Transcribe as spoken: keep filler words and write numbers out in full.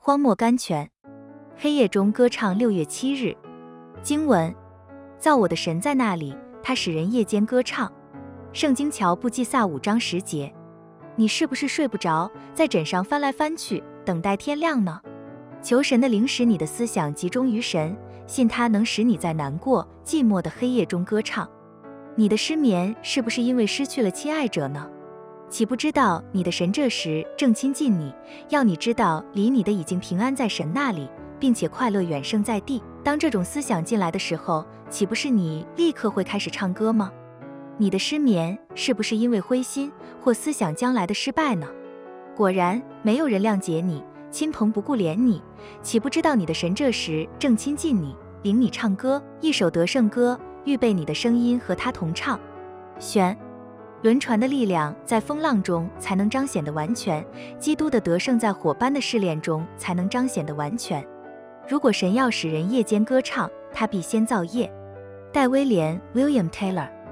荒漠甘泉，黑夜中歌唱六月七日。经文：造我的神在那里，他使人夜间歌唱。圣经乔布记撒五章十节。你是不是睡不着，在枕上翻来翻去，等待天亮呢？求神的灵使你的思想集中于神，信他能使你在难过、寂寞的黑夜中歌唱。你的失眠是不是因为失去了亲爱者呢？岂不知道你的神这时正亲近你，要你知道离你的已经平安在神那里，并且快乐远胜在地。当这种思想进来的时候，岂不是你立刻会开始唱歌吗？你的失眠是不是因为灰心或思想将来的失败呢？果然没有人谅解你，亲朋不顾怜你，岂不知道你的神这时正亲近你，领你唱歌，一首得胜歌，预备你的声音和他同唱。选轮船的力量在风浪中才能彰显得完全，基督的得胜在火般的试炼中才能彰显得完全。如果神要使人夜间歌唱，他必先造夜。戴威廉 William Taylor